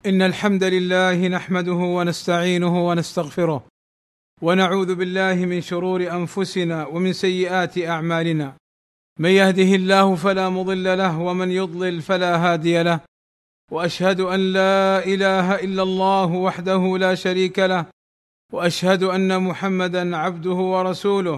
إن الحمد لله نحمده ونستعينه ونستغفره ونعوذ بالله من شرور أنفسنا ومن سيئات أعمالنا. من يهده الله فلا مضل له ومن يضلل فلا هادي له، وأشهد أن لا إله إلا الله وحده لا شريك له، وأشهد أن محمدا عبده ورسوله.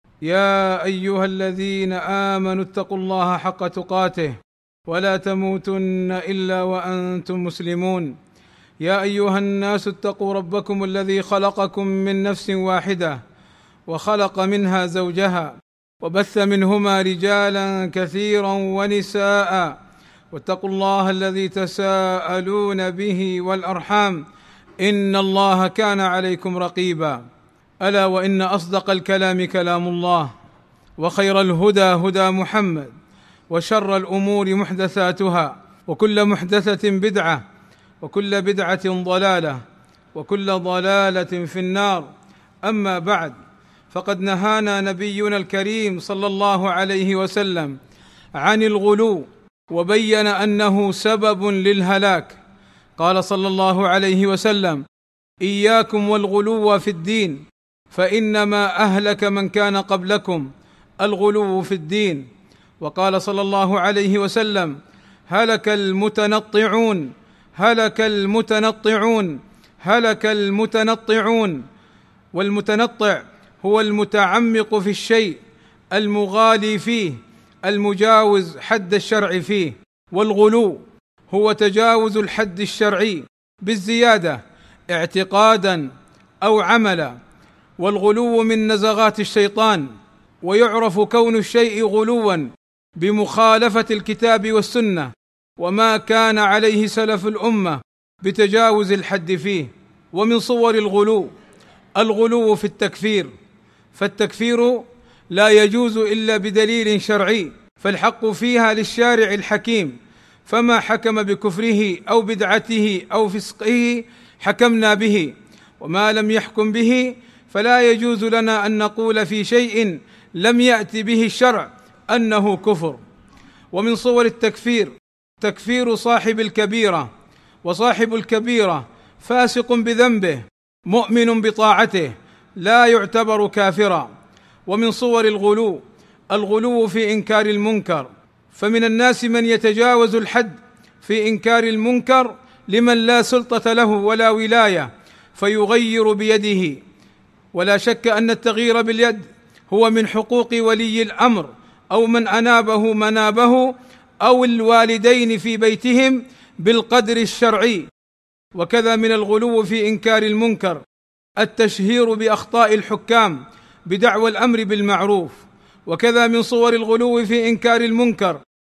يا أيها الذين آمنوا اتقوا الله حق تقاته ولا تموتن إلا وأنتم مسلمون. يا أيها الناس اتقوا ربكم الذي خلقكم من نفس واحدة وخلق منها زوجها وبث منهما رجالا كثيرا ونساء، واتقوا الله الذي تساءلون به والأرحام إن الله كان عليكم رقيبا. ألا وإن أصدق الكلام كلام الله، وخير الهدى هدى محمد، وشر الأمور محدثاتها، وكل محدثة بدعة، وكل بدعة ضلالة، وكل ضلالة في النار. أما بعد، فقد نهانا نبينا الكريم صلى الله عليه وسلم عن الغلو، وبين أنه سبب للهلاك. قال صلى الله عليه وسلم: إياكم والغلو في الدين، فإنما أهلك من كان قبلكم الغلو في الدين. وقال صلى الله عليه وسلم: هلك المتنطعون، هلك المتنطعون، هلك المتنطعون. والمتنطع هو المتعمق في الشيء، المغالي فيه، المجاوز حد الشرع فيه. والغلو هو تجاوز الحد الشرعي بالزيادة اعتقادا أو عملا. والغلو من نزغات الشيطان، ويعرف كون الشيء غلوا بمخالفة الكتاب والسنة وما كان عليه سلف الأمة بتجاوز الحد فيه. ومن صور الغلو في التكفير، فالتكفير لا يجوز إلا بدليل شرعي، فالحق فيها للشارع الحكيم، فما حكم بكفره أو بدعته أو فسقه حكمنا به، وما لم يحكم به فلا يجوز لنا أن نقول في شيء لم يأت به الشرع أنه كفر. ومن صور التكفير تكفير صاحب الكبيرة، وصاحب الكبيرة فاسق بذنبه مؤمن بطاعته لا يعتبر كافرا. ومن صور الغلو في إنكار المنكر، فمن الناس من يتجاوز الحد في إنكار المنكر لمن لا سلطة له ولا ولاية فيغير بيده. ولا شك أن التغيير باليد هو من حقوق ولي الأمر أو من أنابه منابه أو الوالدين في بيتهم بالقدر الشرعي. وكذا من الغلو في إنكار المنكر التشهير بأخطاء الحكام بدعوى الأمر بالمعروف. وكذا من صور الغلو في إنكار المنكر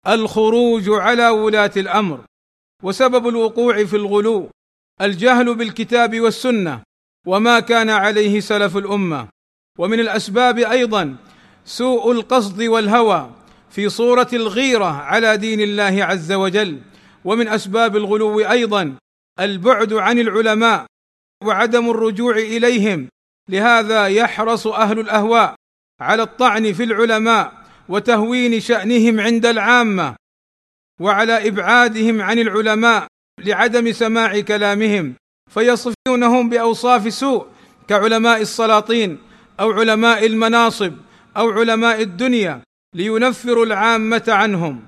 الخروج على ولاة الأمر. وسبب الوقوع في الغلو الجهل بالكتاب والسنة وما كان عليه سلف الأمة. ومن الأسباب أيضا سوء القصد والهوى في صورة الغيرة على دين الله عز وجل. ومن أسباب الغلو أيضا البعد عن العلماء وعدم الرجوع إليهم. لهذا يحرص أهل الأهواء على الطعن في العلماء وتهوين شأنهم عند العامة، وعلى إبعادهم عن العلماء لعدم سماع كلامهم، فيصفونهم بأوصاف سوء كعلماء السلاطين أو علماء المناصب أو علماء الدنيا لينفروا العامة عنهم.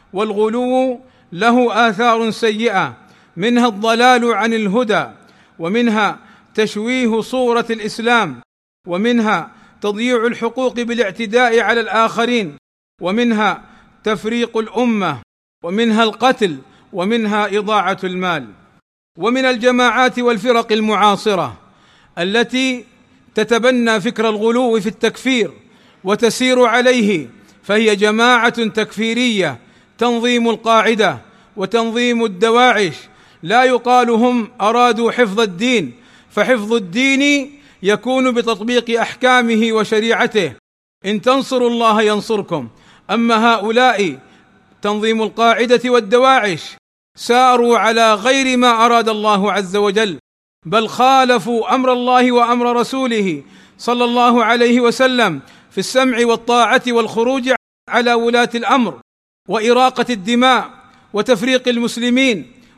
والغلو له آثار سيئة، منها الضلال عن الهدى، ومنها تشويه صورة الإسلام، ومنها تضييع الحقوق بالاعتداء على الآخرين، ومنها تفريق الأمة، ومنها القتل، ومنها إضاعة المال. ومن الجماعات والفرق المعاصرة التي تتبنى فكر الغلو في التكفير وتسير عليه، فهي جماعة تكفيرية تنظيم القاعدة وتنظيم الدواعش. لا يقال هم أرادوا حفظ الدين، فحفظ الدين يكون بتطبيق أحكامه وشريعته، إن تنصروا الله ينصركم. أما هؤلاء تنظيم القاعدة والدواعش ساروا على غير ما أراد الله عز وجل، بل خالفوا أمر الله وأمر رسوله صلى الله عليه وسلم في السمع والطاعة والخروج على ولاة الأمر وإراقة الدماء وتفريق المسلمين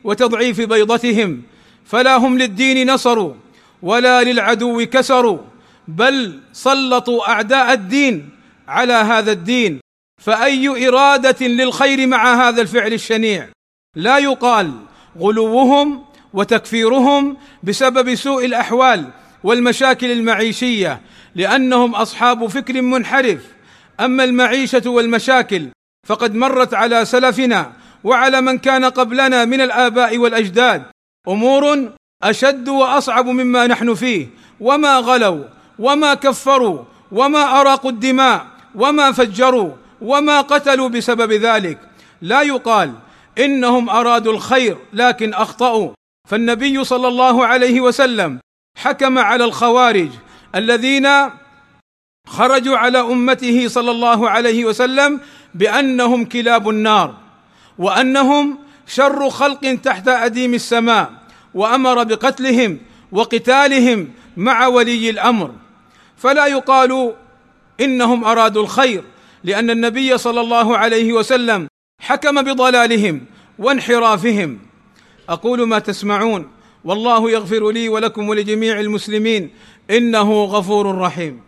وتضعيف بيضتهم، فلا هم للدين نصروا ولا للعدو كسروا، بل سلطوا أعداء الدين على هذا الدين. فأي إرادة للخير مع هذا الفعل الشنيع؟ لا يقال غلوهم وتكفيرهم بسبب سوء الأحوال والمشاكل المعيشية، لأنهم أصحاب فكر منحرف. أما المعيشة والمشاكل فقد مرت على سلفنا وعلى من كان قبلنا من الآباء والأجداد أمور أشد وأصعب مما نحن فيه، وما غلوا وما كفروا وما أراقوا الدماء وما فجروا وما قتلوا بسبب ذلك. لا يقال إنهم أرادوا الخير لكن أخطأوا. فالنبي صلى الله عليه وسلم حكم على الخوارج الذين خرجوا على أمته صلى الله عليه وسلم بأنهم كلاب النار، وأنهم شر خلق تحت أديم السماء، وأمر بقتلهم وقتالهم مع ولي الأمر. فلا يقال إنهم أرادوا الخير، لأن النبي صلى الله عليه وسلم حكم بضلالهم وانحرافهم. أقول ما تسمعون، والله يغفر لي ولكم ولجميع المسلمين، إنه غفور رحيم.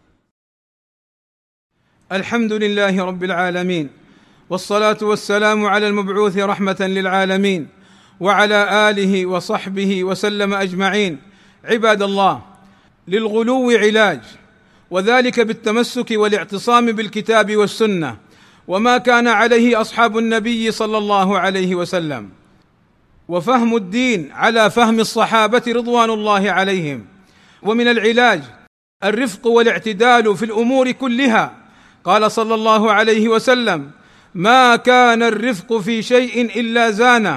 الحمد لله رب العالمين، والصلاة والسلام على المبعوث رحمة للعالمين، وعلى آله وصحبه وسلم أجمعين. عباد الله، للغلو علاج، وذلك بالتمسك والاعتصام بالكتاب والسنة وما كان عليه أصحاب النبي صلى الله عليه وسلم، وفهم الدين على فهم الصحابة رضوان الله عليهم. ومن العلاج الرفق والاعتدال في الأمور كلها. قال صلى الله عليه وسلم: ما كان الرفق في شيء إلا زانه،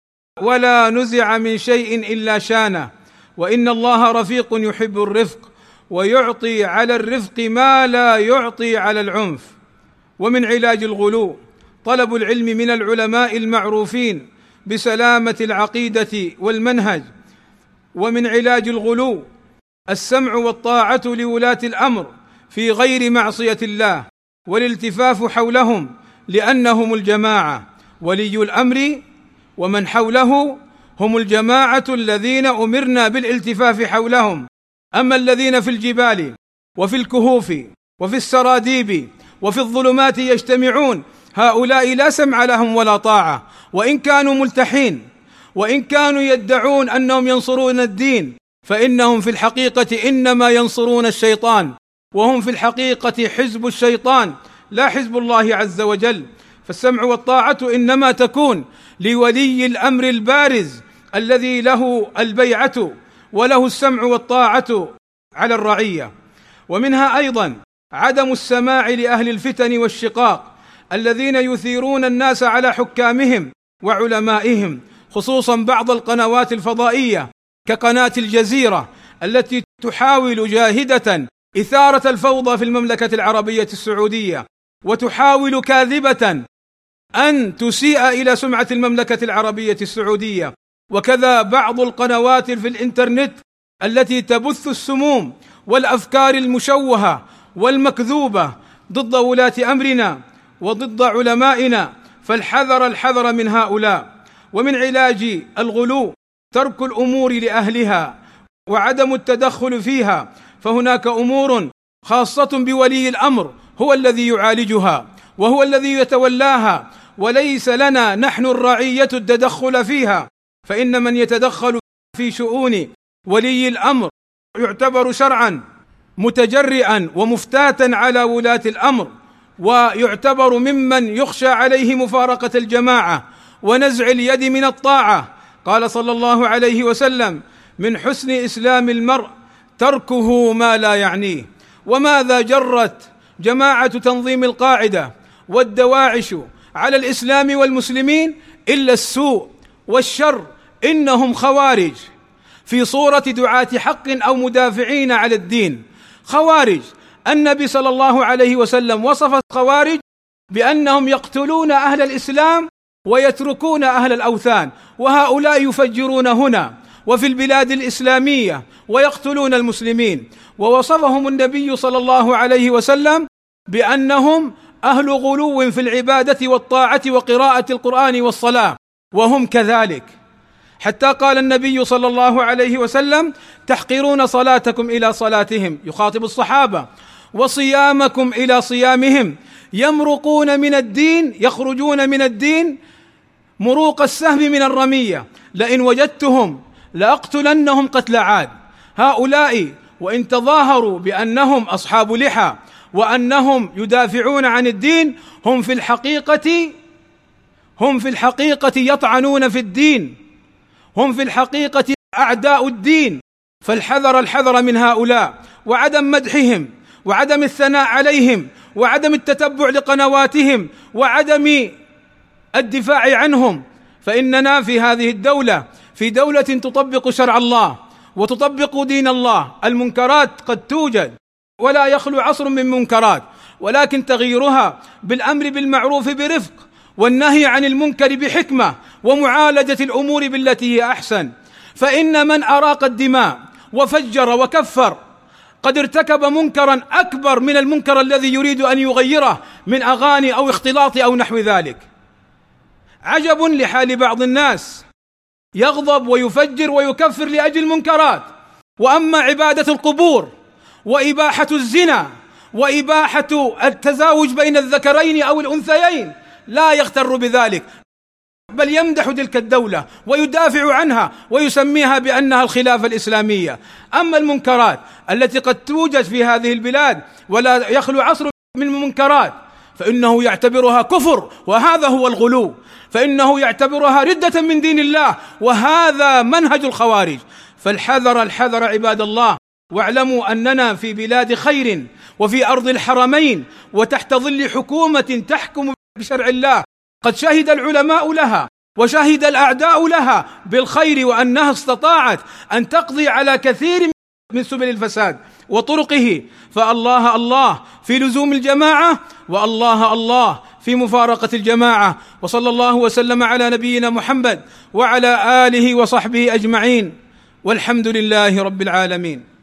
ولا نزع من شيء إلا شانه، وإن الله رفيق يحب الرفق، ويعطي على الرفق ما لا يعطي على العنف. ومن علاج الغلو طلب العلم من العلماء المعروفين بسلامة العقيدة والمنهج. ومن علاج الغلو السمع والطاعة لولاة الأمر في غير معصية الله، والالتفاف حولهم، لأنهم الجماعة. ولي الأمر ومن حوله هم الجماعة الذين أمرنا بالالتفاف حولهم. أما الذين في الجبال وفي الكهوف وفي السراديب وفي الظلمات يجتمعون، هؤلاء لا سمع لهم ولا طاعة، وإن كانوا ملتحين، وإن كانوا يدعون أنهم ينصرون الدين، فإنهم في الحقيقة إنما ينصرون الشيطان، وهم في الحقيقة حزب الشيطان لا حزب الله عز وجل. فالسمع والطاعة إنما تكون لولي الأمر البارز الذي له البيعة وله السمع والطاعة على الرعية. ومنها أيضا عدم السماع لأهل الفتن والشقاق الذين يثيرون الناس على حكامهم وعلمائهم، خصوصا بعض القنوات الفضائية كقناة الجزيرة التي تحاول جاهدة إثارة الفوضى في المملكة العربية السعودية، وتحاول كاذبة أن تسيء إلى سمعة المملكة العربية السعودية. وكذا بعض القنوات في الإنترنت التي تبث السموم والأفكار المشوهة والمكذوبة ضد ولاة أمرنا وضد علمائنا، فالحذر من هؤلاء. ومن علاج الغلو ترك الأمور لأهلها وعدم التدخل فيها، فهناك أمور خاصة بولي الأمر هو الذي يعالجها وهو الذي يتولاها، وليس لنا نحن الرعية التدخل فيها. فإن من يتدخل في شؤون ولي الأمر يعتبر شرعا متجرئا ومفتاتا على ولاة الأمر، ويعتبر ممن يخشى عليه مفارقة الجماعة ونزع اليد من الطاعة. قال صلى الله عليه وسلم: من حسن إسلام المرء تركه ما لا يعنيه. وماذا جرت جماعة تنظيم القاعدة والدواعش على الإسلام والمسلمين إلا السوء والشر؟ إنهم خوارج في صورة دعاة حق أو مدافعين على الدين. خوارج النبي صلى الله عليه وسلم وصف الخوارج بأنهم يقتلون أهل الإسلام ويتركون أهل الأوثان، وهؤلاء يفجرون هنا وفي البلاد الإسلامية ويقتلون المسلمين. ووصفهم النبي صلى الله عليه وسلم بأنهم أهل غلو في العبادة والطاعة وقراءة القرآن والصلاة، وهم كذلك. حتى قال النبي صلى الله عليه وسلم: تحقرون صلاتكم إلى صلاتهم، يخاطب الصحابة، وصيامكم إلى صيامهم، يمرقون من الدين، يخرجون من الدين مروق السهم من الرمية، لئن وجدتهم لأقتلنهم قتل عاد. هؤلاء وإن تظاهروا بأنهم أصحاب لحى وأنهم يدافعون عن الدين، هم في الحقيقة يطعنون في الدين، هم في الحقيقة أعداء الدين. الحذر من هؤلاء، وعدم مدحهم، وعدم الثناء عليهم، وعدم التتبع لقنواتهم، وعدم الدفاع عنهم. فإننا في هذه الدولة في دولة تطبق شرع الله وتطبق دين الله. المنكرات قد توجد ولا يخلو عصر من منكرات، ولكن تغييرها بالأمر بالمعروف برفق، والنهي عن المنكر بحكمة، ومعالجة الأمور بالتي هي أحسن. فإن من أراق الدماء وفجر وكفر قد ارتكب منكرا أكبر من المنكر الذي يريد أن يغيره من أغاني أو اختلاط أو نحو ذلك. عجب لحال بعض الناس، يغضب ويفجر ويكفر لأجل المنكرات، وأما عبادة القبور وإباحة الزنا وإباحة التزاوج بين الذكرين أو الأنثيين لا يغتر بذلك، بل يمدح تلك الدولة ويدافع عنها ويسميها بأنها الخلافة الإسلامية. أما المنكرات التي قد توجد في هذه البلاد ولا يخلو عصر من المنكرات، فإنه يعتبرها كفر، وهذا هو الغلو، فإنه يعتبرها ردة من دين الله، وهذا منهج الخوارج. الحذر عباد الله، واعلموا أننا في بلاد خير وفي أرض الحرمين وتحت ظل حكومة تحكم بشرع الله، قد شهد العلماء لها وشهد الأعداء لها بالخير، وأنها استطاعت أن تقضي على كثير من سبل الفساد وطرقه. فالله الله في لزوم الجماعة، والله الله في مفارقة الجماعة. وصلى الله وسلم على نبينا محمد وعلى آله وصحبه أجمعين، والحمد لله رب العالمين.